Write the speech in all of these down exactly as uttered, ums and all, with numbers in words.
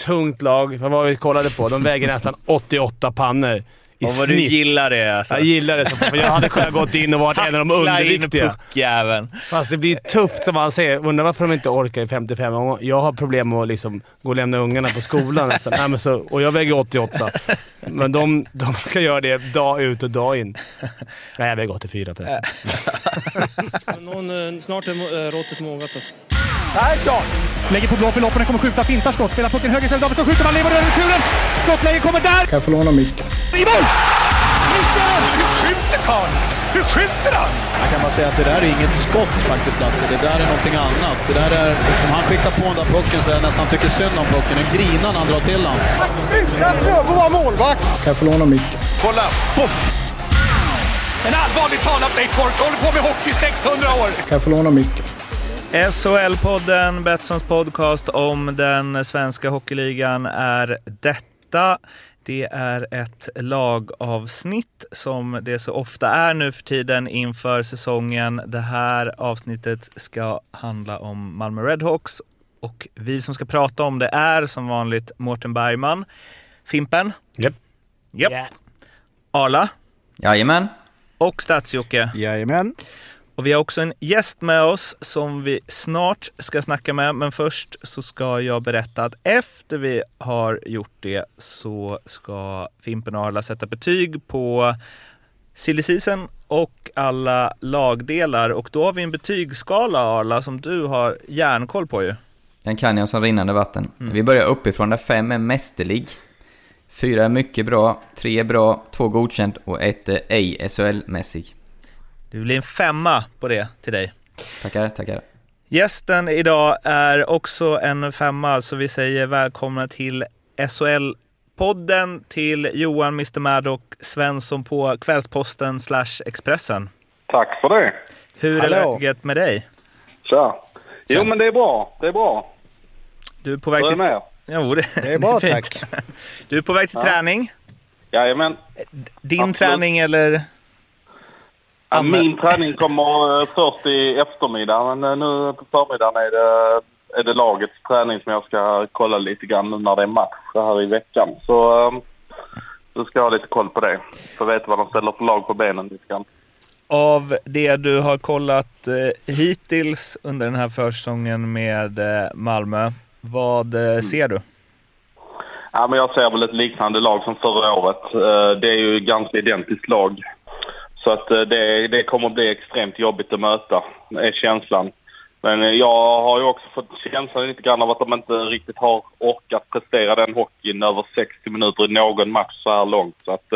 tungt lag. Vad var vi kollade på? De väger nästan åttioåtta pannor. I och vad snitt. Du gillar det alltså. Jag gillar det. För jag hade kunnat gått in och varit en av de underviktiga. Fast det blir tufft som man säger. Undrar varför de inte orkar i femtiofem år. Jag har problem med att liksom gå och lämna ungarna på skolan nästan. Nej, men så, och jag väger åttioåtta. Men de, de ska göra det dag ut och dag in. Nej, jag väger åttiofyra förresten. Någon, snart är råttet mogat alltså. Persson! Lägger på blå för loppen, kommer skjuta, fintar skott, spelar pucken höger istället, Davidsson skjuter, man lever över returen, skottläge kommer där! Kan jag få låna micken? I mål! Missar! Hur skjuter Karl? Hur skjuter han? Jag kan bara säga att det där är inget skott faktiskt, Lasse, det där är någonting annat. Det där är liksom, han skickar på den där pucken så jag nästan tycker synd om pucken, en grinan han drar till han. Utan Fröbo var målvakt! Kan jag få låna micken? Kolla, poff! En allvarlig talad Blake Bork håller på med hockey sexhundra år! Kan jag få låna micken? S H L-podden, Betssons podcast om den svenska hockeyligan är detta. Det är ett lagavsnitt som det så ofta är nu för tiden inför säsongen. Det här avsnittet ska handla om Malmö Redhawks och vi som ska prata om det är som vanligt Mårten Bergman, Fimpen, Japp. Japp. Yeah. Arla. Jajamän. Och Stats-Jocke. Jajamän. Och vi har också en gäst med oss som vi snart ska snacka med. Men först så ska jag berätta att efter vi har gjort det så ska Fimpen och Arla sätta betyg på silly season och alla lagdelar. Och då har vi en betygsskala, Arla, som du har järnkoll på ju. Den kan jag som rinnande vatten. Mm. Vi börjar uppifrån där fem är mästerlig. Fyra är mycket bra, tre är bra, två godkänt och ett är ej S H L-mässig. Det blir en femma på det till dig. Tackar, tackar. Gästen idag är också en femma, så vi säger välkomna till S H L-podden till Johan mister Maddock Svensson på Kvällsposten slash Expressen. Tack för det. Hur är Hallå. läget med dig? Så. Jo, men det är bra. Det är bra. Du är på väg till... Med? Jo, det, det är bra, det är tack. Du är på väg till ja. träning? Jajamän. Din Absolut. träning eller... Ja, min träning kommer först i eftermiddag, men nu på förmiddagen är det, är det lagets träning som jag ska kolla lite grann nu när det är match här i veckan. Så um, då ska jag ha lite koll på det. För att veta vad de ställer för lag på benen lite grann. Av det du har kollat eh, hittills under den här försäsongen med eh, Malmö, vad eh, mm. ser du? Ja, men jag ser väl ett liknande lag som förra året. Uh, det är ju ett ganska identiskt lag. Så att det, det kommer bli extremt jobbigt att möta, är känslan. Men jag har ju också fått känslan lite grann av att de inte riktigt har orkat prestera den hockeyn över sextio minuter i någon match så här långt. Så att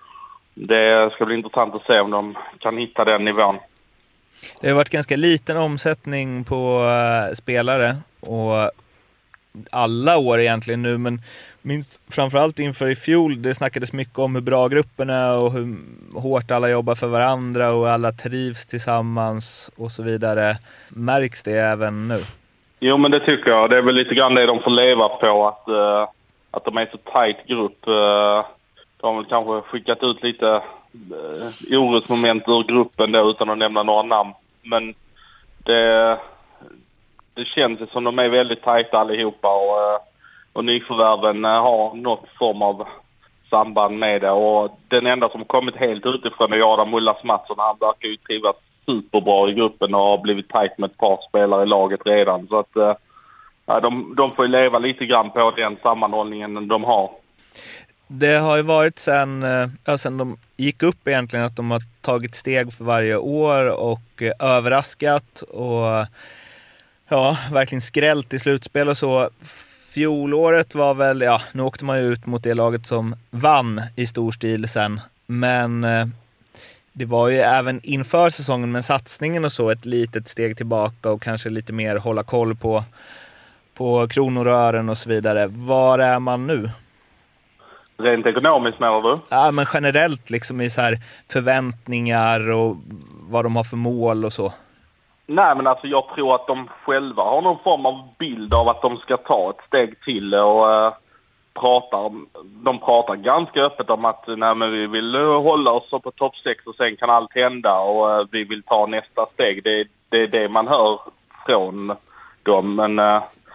det ska bli intressant att se om de kan hitta den nivån. Det har varit ganska liten omsättning på uh, spelare och alla år egentligen nu, men minst framförallt inför i fjol, det snackades mycket om hur bra gruppen är och hur hårt alla jobbar för varandra och alla trivs tillsammans och så vidare. Märks det även nu? Jo, men det tycker jag. Det är väl lite grann det de får leva på, att, uh, att de är så tajt grupp. Uh, de har väl kanske skickat ut lite uh, orosmoment ur gruppen då, utan att nämna några namn. Men det, det känns som de är väldigt tajta allihopa och uh, Och nyförvärven har något form av samband med det. Och den enda som kommit helt utifrån är Adam Mullas Mattsson. Han verkar ju trivas superbra i gruppen och har blivit tajt med ett par spelare i laget redan. Så att ja, de, de får ju leva lite grann på den sammanhållningen de har. Det har ju varit sen, ja, sen de gick upp egentligen att de har tagit steg för varje år och överraskat och ja, verkligen skrällt i slutspel och så. Fjolåret var väl, ja, nu åkte man ju ut mot det laget som vann i stor stil sen. Men eh, det var ju även inför säsongen med satsningen och så ett litet steg tillbaka och kanske lite mer hålla koll på, på kronor och ören och så vidare. Var är man nu? Rent ekonomiskt menar du? Ja, men generellt liksom i så här förväntningar och vad de har för mål och så. Nej, men alltså jag tror att de själva har någon form av bild av att de ska ta ett steg till och äh, pratar, de pratar ganska öppet om att nej, men vi vill hålla oss på topp sex och sen kan allt hända och äh, vi vill ta nästa steg. Det, det är det man hör från dem. Men äh,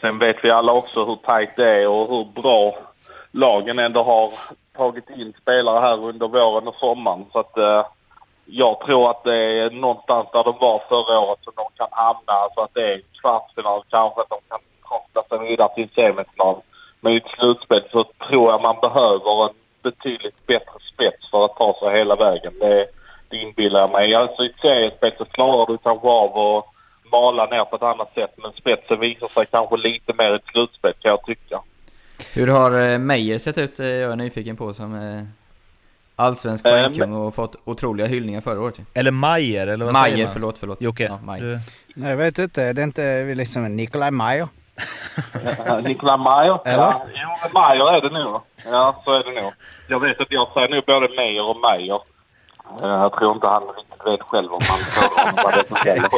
sen vet vi alla också hur tajt det är och hur bra lagen ändå har tagit in spelare här under våren och sommaren. Så att eh, jag tror att det är någonstans där de var förra året som de kan hamna. Så att det är en kvartsfinal, kanske att de kan koppla sig vidare till en semifinal. Men i ett slutspel så tror jag man behöver en betydligt bättre spets för att ta sig hela vägen. Det, det inbillar jag mig. Alltså i ett seriespel så klarar du kanske av att mala ner på ett annat sätt. Men spetsen visar sig kanske lite mer i ett slutspel, kan jag tycka. Hur har Meijer sett ut? Jag är nyfiken på som eh, allsvensk poängkung och fått otroliga hyllningar förra året. Eller Meijer, eller vad Meijer, säger man? förlåt, förlåt. Jocke, ja, Meijer. Nej, jag vet inte. Det är inte liksom Nikolaj Meijer. Nikolaj Meijer? Ja, jo, Meijer är det nog. Ja, så är det nog. Jag vet att jag säger nog både Meijer och Meijer. Jag tror inte han riktigt vet själv om han får vad det som gäller.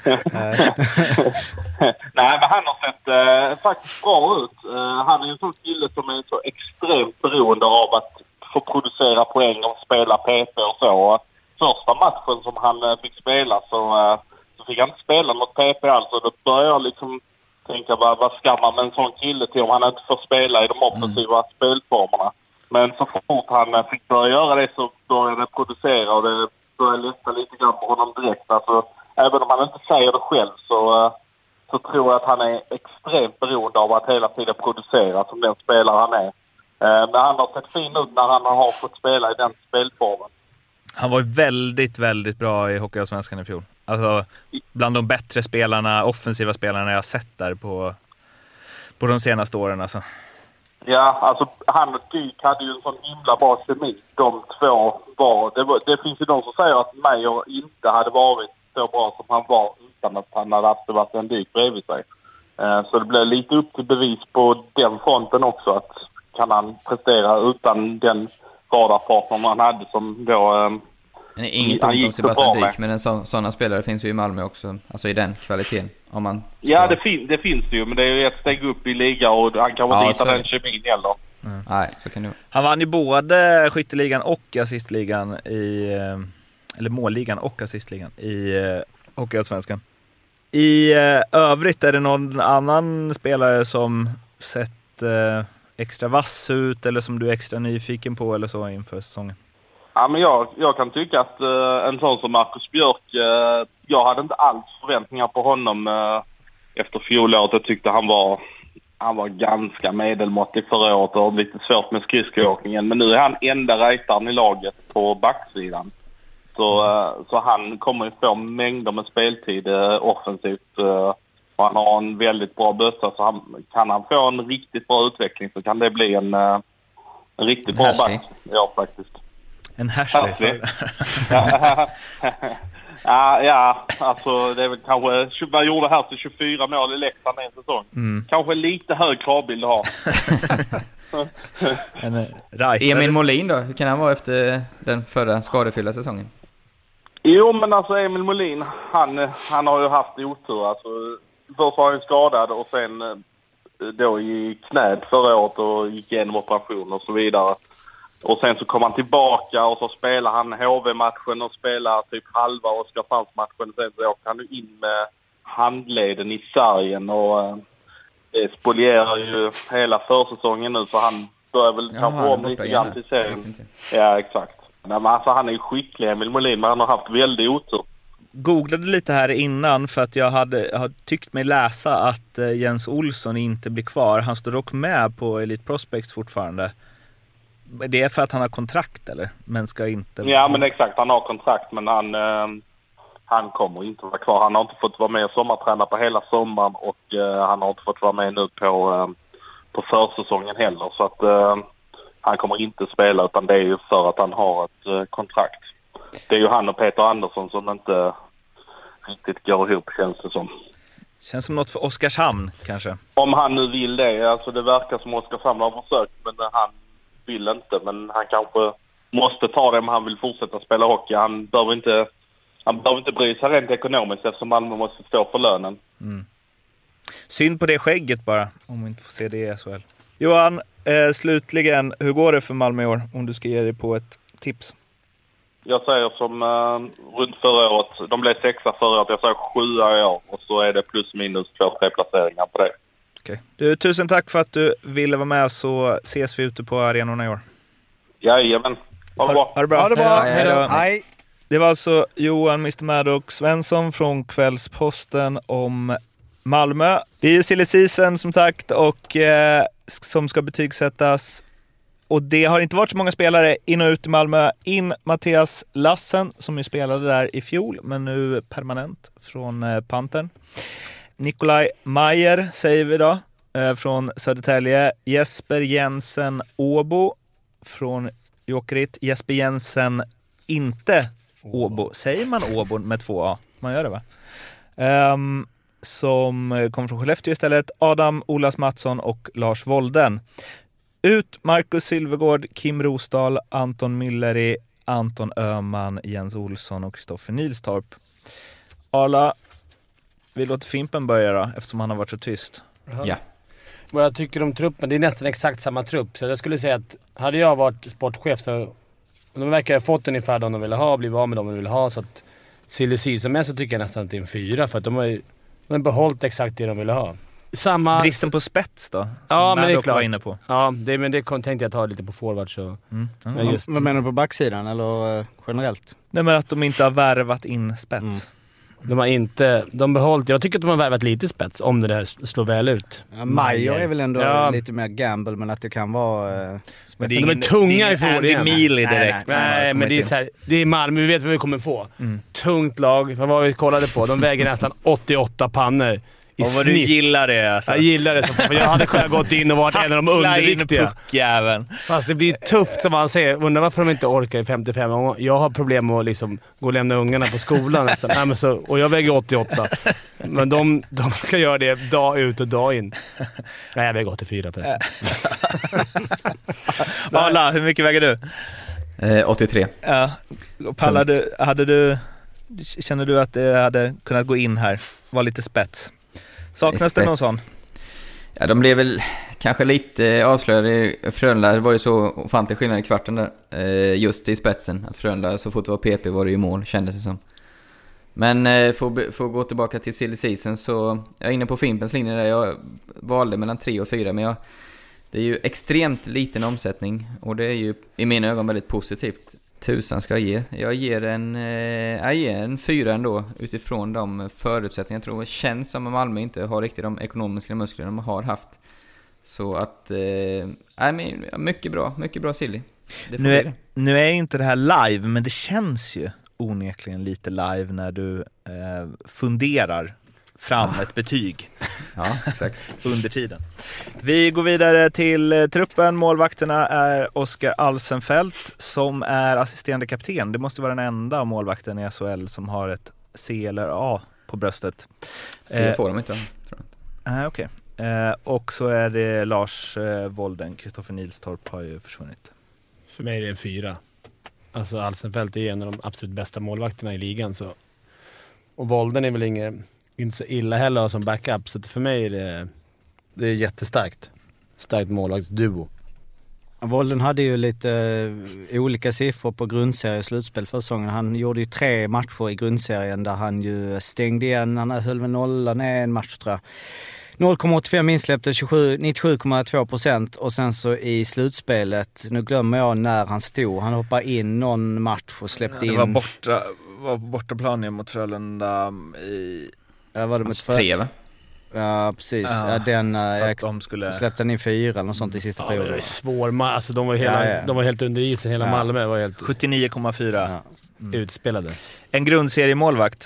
Nej, men han har sett eh, faktiskt bra ut. Eh, han är en sån kille som är så extremt beroende av att få producera poäng och spela P P och så. Första matchen som han eh, fick spela så, eh, så fick han inte spela något P P alls. Och då började jag liksom tänka, vad, vad ska man med en sån kille till om han inte får spela i de offensiva mm. spelformerna. Men så fort han fick börja göra det så började det producera och det började lätta lite grann på honom direkt. Alltså, även om han inte säger det själv så, så tror jag att han är extremt beroende av att hela tiden producera som den spelare han är. Men han har sett fin ut när han har fått spela i den spelformen. Han var väldigt, väldigt bra i Hockeyallsvenskan i fjol. Alltså bland de bättre spelarna, offensiva spelarna jag har sett där på, på de senaste åren alltså. Ja, alltså han och Dyk hade ju en sån himla bra kemi. De två var det, var... det finns ju de som säger att Meijer inte hade varit så bra som han var utan att han hade haft Sebastian Dyk bredvid sig. Så det blev lite upp till bevis på den fronten också. Att kan han prestera utan den radarpartner han hade som då... Men inget ont om Sebastian Dyk, men sådana spelare finns ju i Malmö också. Alltså i den kvaliteten. Om man ska... Ja, det, fin- det finns det ju. Men det är ju ett steg upp i liga och han kan inte ja, hitta den kemin heller. Mm. Nej, så kan det. Han vann ju både skytteligan och assistligan i... Eller målligan och assistligan i uh, Hockeyallsvenskan. I uh, övrigt är det någon annan spelare som sett uh, extra vass ut eller som du är extra nyfiken på eller så inför säsongen? Ja, men jag, jag kan tycka att uh, en sån som Marcus Björk, uh, jag hade inte alls förväntningar på honom uh, efter fjolåret. Jag tyckte han var, han var ganska medelmåttig förra året och lite svårt med skridskoåkningen. Men nu är han enda rejtaren i laget på backsidan. Så, uh, så han kommer ju få mängder med speltid uh, offensivt. Uh, och han har en väldigt bra bössa, så han, kan han få en riktigt bra utveckling så kan det bli en, uh, en riktigt bra back. Ja, faktiskt. En hashtag. ja, ja, ja, alltså det är väl kanske, vad gjorde här till tjugofyra mål i Leksand en säsong. Mm. Kanske lite hög kravbild att ha. en, right. Emil Molin då, hur kan han vara efter den förra skadefyllda säsongen? Jo, men alltså Emil Molin, han, han har ju haft otur. Alltså, först var han skadad och sen då i knät förra året och gick igenom operation och så vidare. Och sen så kom han tillbaka och så spelar han H V-matchen och spelar typ halva Oskarshamnsmatchen. Sen så åker han in med handleden i sargen och det spolierar ju hela försäsongen nu så han börjar väl kanske om lite grann till serien. Ja, exakt. Men alltså, han är ju skicklig, Emil Molin, men han har haft väldigt otur. Googlade lite här innan för att jag hade, jag hade tyckt mig läsa att Jens Olsson inte blir kvar. Han står dock med på Elite Prospects fortfarande. Det är för att han har kontrakt eller? Men ska inte... Ja, men exakt. Han har kontrakt men han, eh, han kommer inte vara kvar. Han har inte fått vara med och sommarträna på hela sommaren och eh, han har inte fått vara med nu på, eh, på försäsongen heller. Så att eh, han kommer inte spela utan det är ju för att han har ett eh, kontrakt. Det är ju han och Peter Andersson som inte riktigt går ihop, känns det som. Känns som något för Oskarshamn kanske? Om han nu vill det. Alltså det verkar som Oskarshamn har försökt men han vill inte, men han kanske måste ta det om han vill fortsätta spela hockey. Han behöver inte, han behöver inte bry sig rent ekonomiskt eftersom Malmö måste stå för lönen. Mm. Synd på det skägget bara, om vi inte får se det i S H L. Johan, eh, slutligen, hur går det för Malmö i år om du ska ge dig på ett tips? Jag säger som eh, runt förra året, de blev sexa förra året, jag säger sjua i år och så är det plus minus två tre placeringar på det. Okay. Du, tusen tack för att du ville vara med, så ses vi ute på arenorna i år. Jajamän. Ha det bra. Ha det bra. Ha det bra. Hej då. Hej. Det var alltså Johan mister Maddock Svensson från Kvällsposten om Malmö. Det är silly season som sagt och eh, som ska betygsättas. Och det har inte varit så många spelare in och ut i Malmö. In Mattias Lassen som ju spelade där i fjol men nu permanent från eh, Pantern. Nikolaj Mayer säger vi då eh, från Södertälje. Jesper Jensen Åbo från Jokerit. Jesper Jensen inte Åbo. Säger man Åbo med två A? Man gör det va? Um, som kommer från Skellefteå istället. Adam Olas Mattsson och Lars Wolden. Ut Marcus Sylvegård, Kim Rosdahl, Anton Mülleri, Anton Öhman, Jens Olsson och Kristoffer Nilstorp. Arla, vi låter Fimpen börja då, eftersom han har varit så tyst. Uh-huh. Ja. Vad jag tycker om truppen, det är nästan exakt samma trupp. Så jag skulle säga att hade jag varit sportchef så de verkar ha fått ungefär de de ville ha och blivit av med de de ville ha. Så att silly season med så tycker jag nästan att det är en fyra för att de har, de har behållit exakt det de ville ha. Samma... Bristen på spets då? Som ja, men det är klart. Var inne på. Ja, det, men det tänkte jag ta lite på forward så... Mm. Mm. Ja, just... Vad menar du på backsidan eller uh, generellt? Nej, men att de inte har värvat in spets. Mm. De har inte... De behållit... Jag tycker att de har värvat lite spets om det där slår väl ut. Ja, Majer är väl ändå ja. lite mer gamble men att det kan vara... Uh, men det är ingen, de är tunga i förrådet. Andy Mealy direkt. Nej, nej, nej men det är, så här, det är Malmö. Vi vet vad vi kommer få. Mm. Tungt lag. Vad var vi kollade på? De väger nästan åttioåtta pannor. I och vad snitt. Du gillar det alltså. Jag gillar det. Så, jag hade kunnat gått in och varit en av de underviktiga. Fast det blir tufft som man säger. Undrar varför de inte orkar i femtiofem gånger. Jag har problem med att liksom gå och lämna ungarna på skolan nästan. Nej, men så, och jag väger åttioåtta. Men de, de kan göra det dag ut och dag in. Nej, jag väger åttiofyra förresten. Arla, hur mycket väger du? Eh, åttiotre. Ja. Pallar du, hade du, känner du att det hade kunnat gå in här? Var lite spets. Saknas spets. Det någon sån? Ja, de blev väl kanske lite avslöjade. Frölunda, det var ju så ofantlig skillnad i kvarten där. Eh, just i spetsen. Att Frölunda, så fort det var P P var det ju mål, kändes det som. Men eh, för, för att gå tillbaka till silly season så jag är inne på Fimpens linje där. Jag valde mellan tre och fyra, men jag, det är ju extremt liten omsättning. Och det är ju i mina ögon väldigt positivt. Tusan ska jag ge. Jag ger en, eh, jag ger en fyra ändå utifrån de förutsättningar. Jag tror det känns som att Malmö inte har riktigt de ekonomiska muskler de har haft. Så att, eh, men, mycket bra, mycket bra silly. Nu är, nu är inte det här live, men det känns ju onekligen lite live när du eh, funderar fram ett betyg. Ja, exakt. Under tiden. Vi går vidare till eh, truppen. Målvakterna är Oskar Alsenfelt som är assisterande kapten. Det måste vara den enda målvakten i S H L som har ett C eller A på bröstet. C eh, får de inte, tror jag. Nej, okej. Okay. Eh, och så är det Lars eh, Wolden. Kristoffer Nilstorp har ju försvunnit. För mig är det en fyra. Alltså Alsenfelt är en av de absolut bästa målvakterna i ligan. Så. Och Wolden är väl ingen, inte så illa heller som backup. Så för mig är det, det är jättestarkt. Starkt målvaktsduo. Wolden hade ju lite uh, olika siffror på grundserie och slutspel för säsongen. Han gjorde ju tre matcher i grundserien där han ju stängde igen. Han höll väl nollan en match tror jag. noll komma åttiofem insläppte nittiosju komma två procent och sen så i slutspelet, nu glömmer jag när han stod, han hoppade in någon match och släppte in. Det var borta, var bortaplan mot Frölunda i... Ja, var det med tre va? Ja, precis. Ja, ja, den uh, de skulle... släppte in fyra eller något sånt i sista ja, perioden. Det är svår, alltså de var, hela, ja, ja. de var helt under isen, hela ja. Malmö var helt... sjuttionio komma fyra ja. mm. utspelade. En grundseriemålvakt.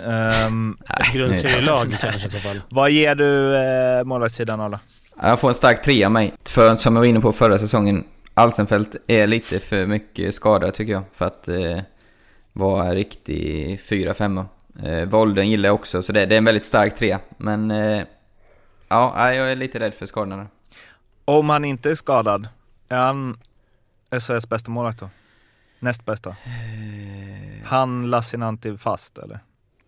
Um, Ett grundserielag kanske i så fall. Vad ger du eh, målvaktssidan alla? Jag får en stark trea av mig. För som jag var inne på förra säsongen, Alsenfelt är lite för mycket skadad tycker jag. För att eh, vara riktig fyra fem. Eh, Wolden gillar jag också, så det, det är en väldigt stark trea. Men eh, ja, jag är lite rädd för skadorna. Om han inte är skadad, är han S H L:s bästa målvakt då? Näst bästa? Eh... Han Lassinantti fast, eller?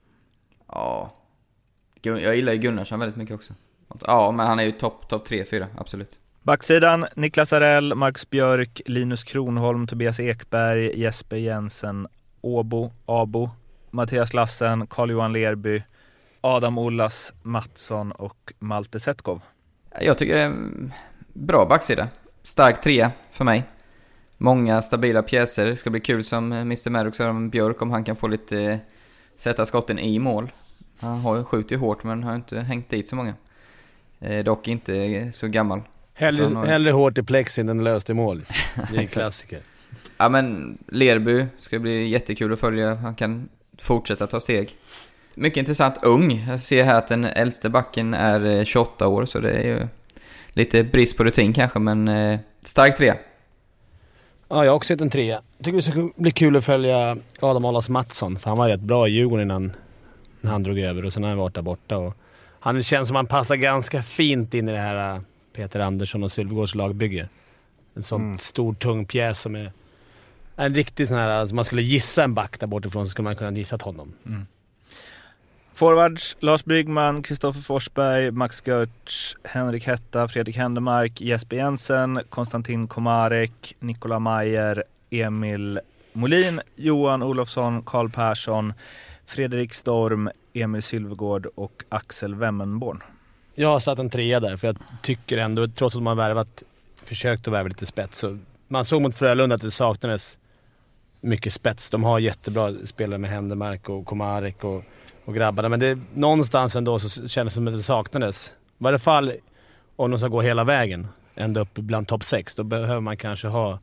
Ja, jag gillar ju Gunnarsson väldigt mycket också. Ja, men han är ju topp top tre fyra, absolut. Backsidan, Niklas Arell, Max Björk, Linus Kronholm, Tobias Ekberg, Jesper Jensen, Åbo, Abo, Mattias Lassen, Carl-Johan Lerby, Adam Ollas Mattsson och Malte Setkov. Jag tycker det är en bra backsida. Stark trea för mig. Många stabila pjäser. Det ska bli kul som mister Maddox och Björk om han kan få lite sätta skotten i mål. Han har ju skjutit hårt men har inte hängt dit så många. Eh, dock inte så gammal. Hellre, så har... hellre hårt i plexin än löst i mål. Det är en klassiker. Ja, men Lerby ska bli jättekul att följa. Han kan fortsätta ta steg. Mycket intressant, ung. Jag ser här att den äldste backen är tjugoåtta år, så det är ju lite brist på rutin kanske, men eh, stark trea. Ja, jag har också sett en trea. Tycker det ska bli kul att följa Adam Allas Mattsson, för han var rätt bra i Djurgården innan när han drog över och sen har han varit där borta. Och han känns som han passar ganska fint in i det här Peter Andersson och Sylvegårds lagbygge. En sån mm. stor, tung pjäs som är en riktig sån här, alltså man skulle gissa en back där bortifrån så skulle man kunna gissa honom. Mm. Forwards, Lars Bryggman, Kristoffer Forsberg, Max Görtz, Henrik Hetta, Fredrik Händemark, Jesper Jensen, Konstantin Komarek, Nikola Mayer, Emil Molin, Johan Olofsson, Karl Persson, Fredrik Storm, Emil Sylvegård och Axel Wemmenborn. Jag har satt en trea där för jag tycker ändå, trots att man har värvat, försökt att värva lite spets, så man såg mot Frölunda att det saknades mycket spets. De har jättebra spelare med Händemark och Komarek och och grabbarna, men det, någonstans ändå så kändes det som att det saknades. I varje fall om de ska gå hela vägen ända upp bland topp sex, då behöver man kanske ha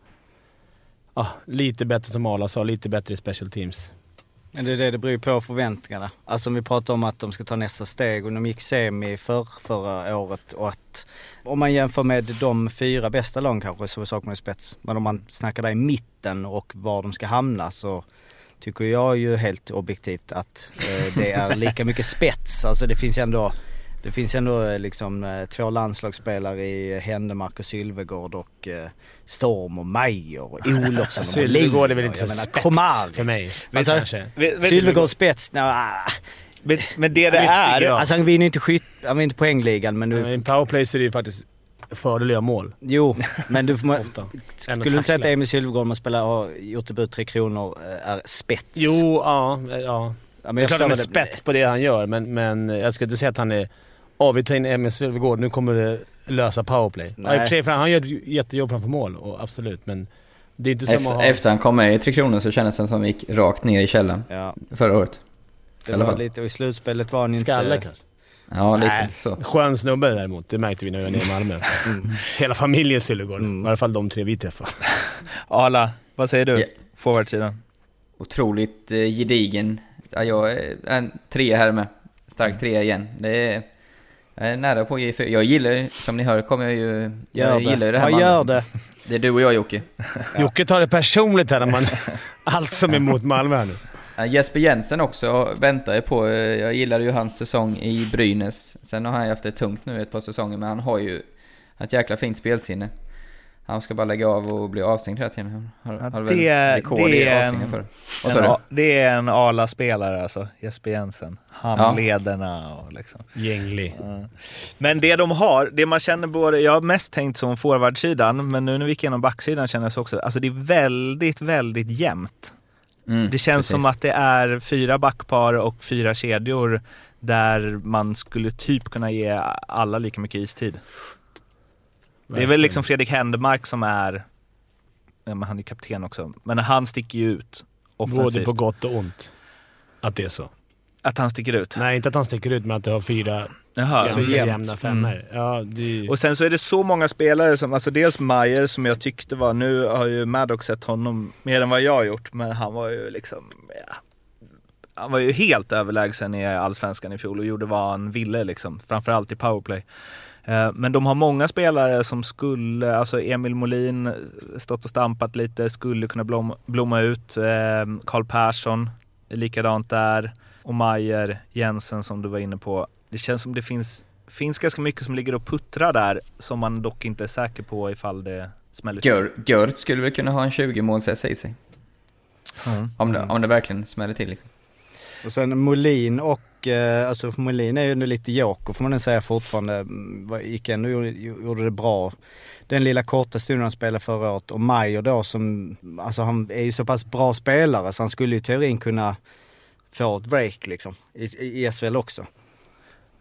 ah, lite bättre som Ala sa, lite bättre i special teams. Men det är det, det beror på förväntningarna. Alltså om vi pratar om att de ska ta nästa steg och de gick semi för förra året, och att om man jämför med de fyra bästa lag kanske så saknar man spets. Men om man snackar där i mitten och var de ska hamna, så tycker jag ju helt objektivt att eh, det är lika mycket spets. Alltså det finns ändå, det finns ändå liksom eh, två landslagsspelare i Händemark och Sylvegård och eh, Storm och Mayer och Olofsson och Sylvegård är väl inte så spets Komar för mig. Alltså, Sylvegård spets, nej. Men, men det det är... Alltså han vinner inte skytt, han vinner inte poängligan, men nu... Ja, i en powerplay så är det ju faktiskt fördeliga mål. Jo, men du får skulle du inte säga att Emil Sylvegård man spelar och gjort det tre kronor är spets? Jo, ja, ja. Ja, men jag klart med spets på det han gör, men, men jag skulle inte säga att han är ja, vi tar in Emil Sylvegård, nu kommer det lösa powerplay. Ja, i och för sig, för han gör ett jättejobb framför mål, och absolut, men det är inte som efter, att ha... efter han kom med i Tre Kronor så kändes det som vi gick rakt ner i källan ja. förra året. Det var lite, och i slutspelet var han inte... Skalle kanske? Ja, lite Nej, så. Skön snubbe däremot, det märkte vi när vi var nere i Malmö. Mm. Hela familjen Sylvegård, mm. i alla fall de tre vi träffade. Ala, vad säger du? Yeah. Forwardsidan. Otroligt eh, gedigen. Ja, jag är en tre här med. Stark tre igen. Det är, jag är nära på G fyra. Jag gillar, som ni hör, kommer jag ju... Gör jag det. gillar det här. Jag gör det. Det är du och jag, Jocke. Jocke tar det personligt här när man... allt som är mot Malmö här nu. Ja, Jesper Jensen också väntar jag på. Jag gillade ju hans säsong i Brynäs. Sen har han haft det tungt nu ett par säsonger, men han har ju ett jäkla fint spelsinne. Han ska bara lägga av och bli avstängd hela tiden. Har, ja, har det, är, det, är en, för. En, det är en Ala-spelare alltså, Jesper Jensen. Handlederna och liksom. Gänglig. Ja. Men det de har, det man känner både, jag har mest tänkt som forwardsidan, men nu när vi gick igenom backsidan känner jag också, alltså det är väldigt, väldigt jämnt. Mm, det känns precis. Som att det är fyra backpar och fyra kedjor där man skulle typ kunna ge alla lika mycket istid. Verkligen. Det är väl liksom Fredrik Händemark som är, ja, men han är kapten också, men han sticker ju ut offensivt. Både på gott och ont att det är så. Att han sticker ut? Nej, inte att han sticker ut, men att det har fyra Jaha, så jämna femmor. Mm. Ja, det... Och sen så är det så många spelare som, alltså dels Mayer som jag tyckte var, nu har ju Maddox sett honom mer än vad jag har gjort, men han var ju liksom, ja, han var ju helt överlägsen i Allsvenskan i fjol och gjorde vad han ville liksom, framförallt i powerplay. Men de har många spelare som skulle, alltså Emil Molin stått och stampat lite, skulle kunna blomma, blomma ut. Karl Persson är likadant där. Och Mayer, Jensen som du var inne på. Det känns som det finns, finns ganska mycket som ligger och puttrar där som man dock inte är säker på ifall det smäller. Gör, Gört skulle väl kunna ha en tjugo måls S i sig. Mm. Om, det, om det verkligen smäller till liksom. Och sen Molin och, eh, alltså Molin är ju nu lite joker får man den säga fortfarande, gick ändå gjorde, gjorde det bra. Den lilla korta stunden han spelade förra året, och Mayer då som, alltså han är ju så pass bra spelare så han skulle ju i teorin kunna få ett break liksom, i, i S V L också.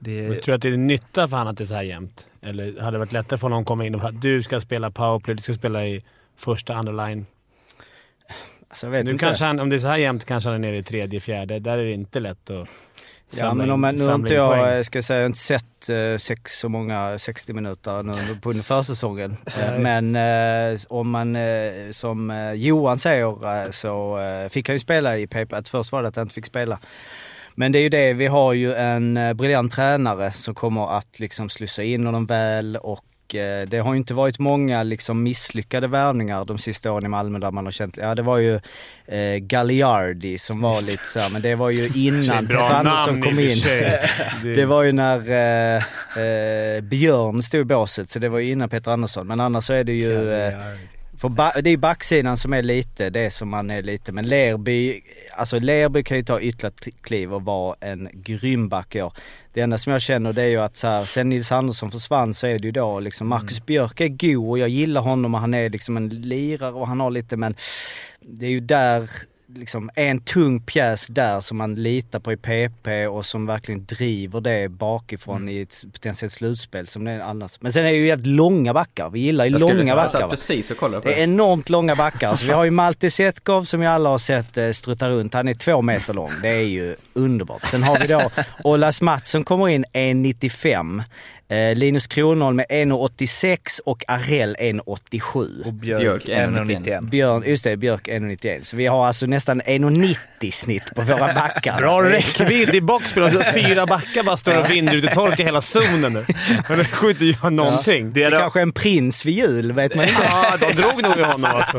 Det... Jag tror att det är nytta för han att det är så här jämnt? Eller hade det varit lättare för honom att komma in och att du ska spela powerplay, du ska spela i första underline? Alltså, jag vet nu inte. kanske han, om det är så här jämnt kanske han är nere i tredje, fjärde. Där är det inte lätt att ja, men om man, nu har inte jag, ska jag säga, inte sett eh, sex så många sextio minuter nu på under försäsongen. eh, men eh, om man, eh, som eh, Johan säger, eh, så eh, fick han ju spela i P P. Att först var det att han inte fick spela. Men det är ju det, vi har ju en eh, briljant tränare som kommer att liksom slussa in honom väl, och det har ju inte varit många liksom misslyckade värvningar de sista åren i Malmö där man har känt, ja det var ju eh, Gagliardi som var Just. lite så här, men det var ju innan Peter Andersson kom in. det... det var ju när eh, eh, Björn stod i båset, så det var ju innan Peter Andersson, men annars så är det ju eh, för ba- det är backsidan som är lite det som man är lite, men Lerby, alltså Lerby kan ju ta ytterligare kliv och vara en grym back i år. Det enda som jag känner, det är ju att så här, sen Nils Andersson försvann så är det ju då liksom Marcus mm. Björk är god och jag gillar honom och han är liksom en lirare och han har lite, men det är ju där liksom en tung pjäs där som man litar på i P P och som verkligen driver det bakifrån mm. i ett potentiellt slutspel som det är annars. Men sen är det ju jävligt långa backar. Vi gillar ju jag långa backar. Jag precis och kolla på det. Det är enormt långa backar. Så vi har ju Malte Setkov som vi alla har sett eh, strutta runt. Han är två meter lång. Det är ju underbart. Sen har vi då Olas Mattsson kommer in en nittiofem. Eh, Linus Kronholm med en åttiosex och Arell en åttiosju. Och Björk, Björk en nittioen. Björn, just det, Björk en nittioen. Så vi har alltså nästan en nittio snitt på våra backar. Bra räckvidd i boxspel och fyra backar bara står och vinner ut och torkar hela zonen nu. Men det skjuter ju någonting. Ja. Det är då... kanske en prins vid jul, vet man inte. Ja, de drog nog i honom alltså.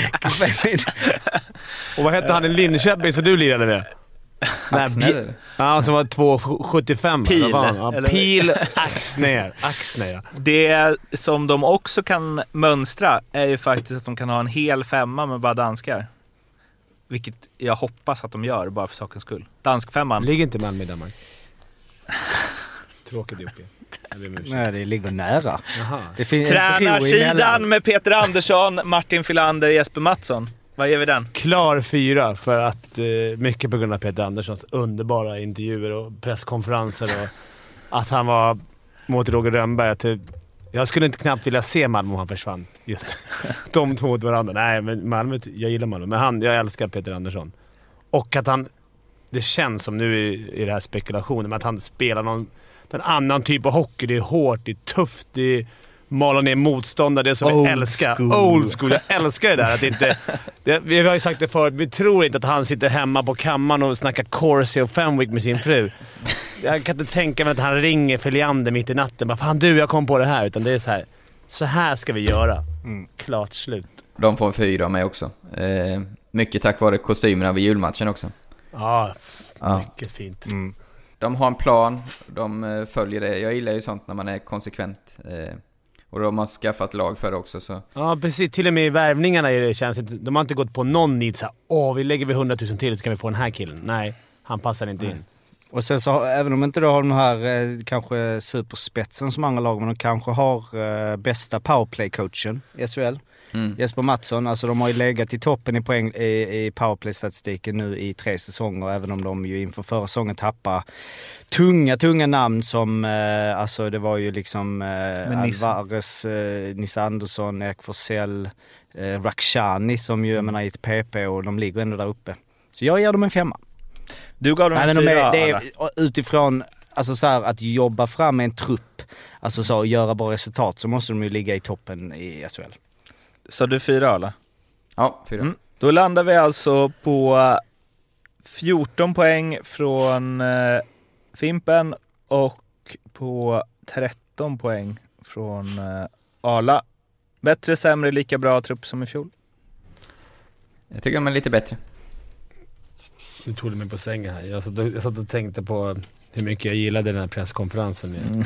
Och vad hette han i Linköping så du lirade med? Axner. Ja, som var två sjuttiofem. Pil. Ja, Pil, Axner. Axner. Det som de också kan mönstra är ju faktiskt att de kan ha en hel femma med bara danskar. Vilket jag hoppas att de gör, bara för sakens skull. Danskfemman. Ligger inte Malmö i Danmark? Tråkigt Jocke. Nej, det ligger nära. Det Tränarsidan med Peter Andersson, Martin Filander, Jesper Mattsson. Vad ger vi den? Klar fyra, för att eh, mycket på grund av Peter Anderssons underbara intervjuer och presskonferenser och att han var mot Roger Rönnberg. Typ, jag skulle inte knappt vilja se Malmö om han försvann. Just de två mot varandra. Nej, men Malmö, jag gillar Malmö. Men han, jag älskar Peter Andersson. Och att han, det känns som nu i, i det här spekulationen, att han spelar någon en annan typ av hockey. Det är hårt, det är tufft, det är mala ner motståndare, det som vi älskar. School. Old school. Jag älskar det där. Att inte, det, vi har ju sagt det förut, vi tror inte att han sitter hemma på kammaren och snackar Corsi och Fenwick med sin fru. Jag kan inte tänka mig att han ringer för Leander mitt i natten. Bara, fan du, jag kom på det här. Utan det är så här, så här ska vi göra. Mm. Klart slut. De får en fyra av mig också. Eh, mycket tack vare kostymerna vid julmatchen också. Ja, ja. Mycket fint. Mm. De har en plan, de följer det. Jag gillar ju sånt när man är konsekvent. Eh, Och de har skaffat lag för det också. Så. Ja, precis. Till och med i värvningarna är det, känns inte, de har inte gått på någon need så här, åh, vi lägger vi hundratusen till så kan vi få den här killen. Nej, han passar inte in. Och sen så, även om inte du har den här eh, kanske superspetsen som andra lag, men de kanske har eh, bästa powerplay-coachen i S H L. Mm. Jesper Mattsson, alltså de har ju legat i toppen i poäng i, i powerplay-statistiken nu i tre säsonger, även om de ju inför förra säsongen tappade tunga, tunga namn som, eh, alltså det var ju liksom eh, Alvarez, eh, Nisse Andersson, Erik Forsell, eh, Rakshani som ju, jag menar, i ett P P, och de ligger ändå där uppe. Så jag ger dem en femma. Du gav dem en Nej, fyra, de är, det är utifrån, alltså så här, att jobba fram en trupp, alltså så, och göra bra resultat, så måste de ju ligga i toppen i S H L. Så du fyra, eller? Ja, fyra. Mm. Då landar vi alltså på fjorton poäng från eh, Fimpen och på tretton poäng från eh, Arla. Bättre, sämre, lika bra trupp som i fjol? Jag tycker de är lite bättre. Du tog mig på sängen här. Jag satt, jag satt och tänkte på hur mycket jag gillade den här presskonferensen. Mm.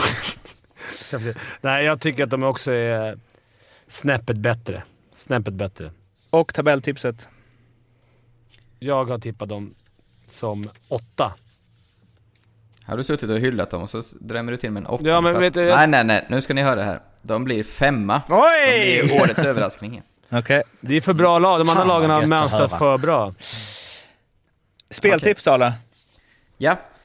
Nej, jag tycker att de också är snäppet bättre. Snäppet bättre. Och tabelltipset? Jag har tippat dem som åtta. Har du suttit och hyllat dem och så drämmer du till med en åtta? Ja, men vet du, jag... Nej, nej, nej. Nu ska ni höra det här. De blir femma. Oj! De blir årets överraskning. Okay. Det är för bra lag. De andra Fan, lagen har mönstrat för bra. Speltips, okay. Alla? Ja.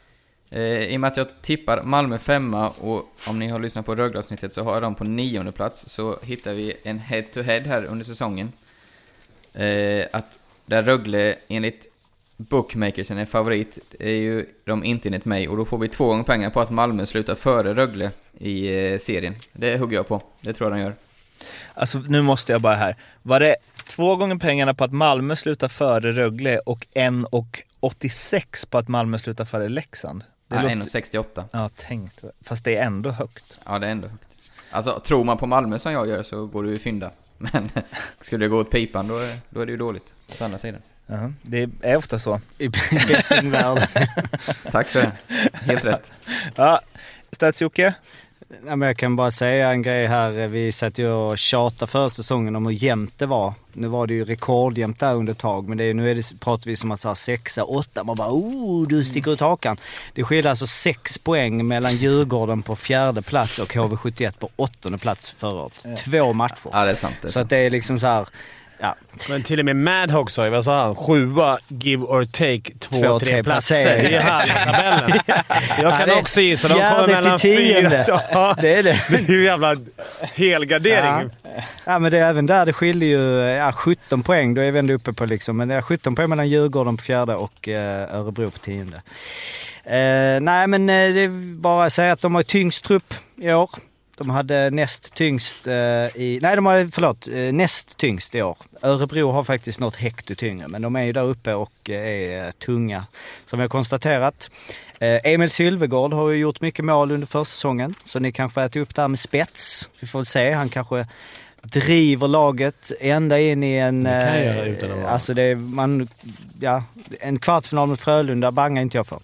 Eh, I och med att jag tippar Malmö femma och om ni har lyssnat på Rögle-avsnittet så har jag dem på nionde plats, så hittar vi en head-to-head här under säsongen. Eh, att där Rögle enligt bookmakersen är favorit är ju de inte enligt mig, och då får vi två gånger pengar på att Malmö slutar före Rögle i eh, serien. Det hugger jag på, det tror jag de gör. Alltså nu måste jag bara här, var det två gånger pengarna på att Malmö slutar före Rögle och en och åttiosex på att Malmö slutar före Leksand? Det Nej, låter... en och sextioåtta. Ja, tänkt. Fast det är ändå högt. Ja, det är ändå högt. Alltså, tror man på Malmö som jag gör så går det ju fynda. Men skulle det gå åt pipan då är, då är det ju dåligt på andra sidan. Uh-huh. Det är ofta så. I bettingvärlden. Tack för det. Helt rätt. Ja, Stats-Jocke? Ja, men jag kan bara säga en grej här. Vi satt ju och tjatade för säsongen om hur jämnt det var. Nu var det ju rekordjämnt där under ett tag. Men det är, nu är det, pratar vi som att så här, sexa, åtta. Man bara, oh, du sticker ut hakan. Det skiljer alltså sex poäng mellan Djurgården på fjärde plats och H V sjuttioett på åttonde plats förra året. Två matcher. Ja, det är sant. Det är så sant. Att det är liksom så här... Ja. Men till och med Madhawk sa ju, vad sa han? Sjua, give or take, två, två tre, tre platser. Det är här i tabellen. Jag kan ja, också gissa. De kommer mellan fyra. Ja, det är det. Det är ju jävla helgardering. Ja. Ja, men det är även där det skiljer ju ja, sjutton poäng. Då är vi ändå uppe på liksom. Men det är sjutton poäng mellan Djurgården på fjärde och eh, Örebro på tionde. Eh, nej, men eh, det är bara att säga att de har tyngst trupp i år. De hade näst tyngst eh, i... Nej, de hade, förlåt, eh, näst tyngst i år. Örebro har faktiskt något hekto tyngre, men de är ju där uppe och eh, är tunga, som vi har konstaterat. Eh, Emil Sylvegård har ju gjort mycket mål under försäsongen, så ni kanske äter upp där med spets. Vi får väl se, han kanske driver laget ända in i en... Det kan eh, göra utan att vara. Alltså det är... Man, ja, en kvartsfinal mot Frölunda bangar inte jag för.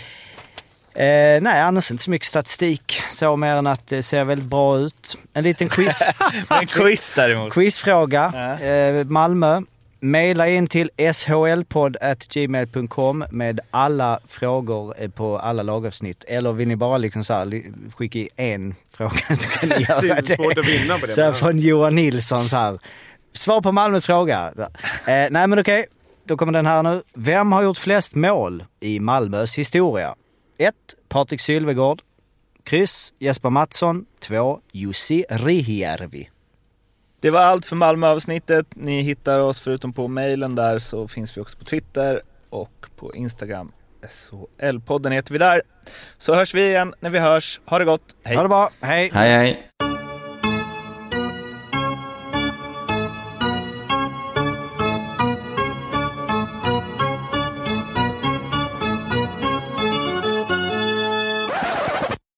Eh, nej, annars inte så mycket statistik. Så mer än att det ser väldigt bra ut. En liten quiz. en quiz däremot. Quizfråga. Ja. Eh, Malmö. Maila in till s h l podd at gmail dot com med alla frågor på alla lagavsnitt. Eller vill ni bara liksom så här, skicka i en fråga så kan ni göra det. Det är svårt att vinna på det. Så här från Johan Nilsson så här. Svar på Malmös fråga. Eh, nej men okej. Då kommer den här nu. Vem har gjort flest mål i Malmös historia? ett. Patrik Sylvegård. Kryss. Jesper Mattsson. två. Jussi Rihijärvi. Det var allt för Malmö-avsnittet. Ni hittar oss förutom på mejlen där, så finns vi också på Twitter och på Instagram. S H L-podden heter vi där. Så hörs vi igen när vi hörs. Ha det gott. Hej. Ha det bra. Hej. Hej, hej.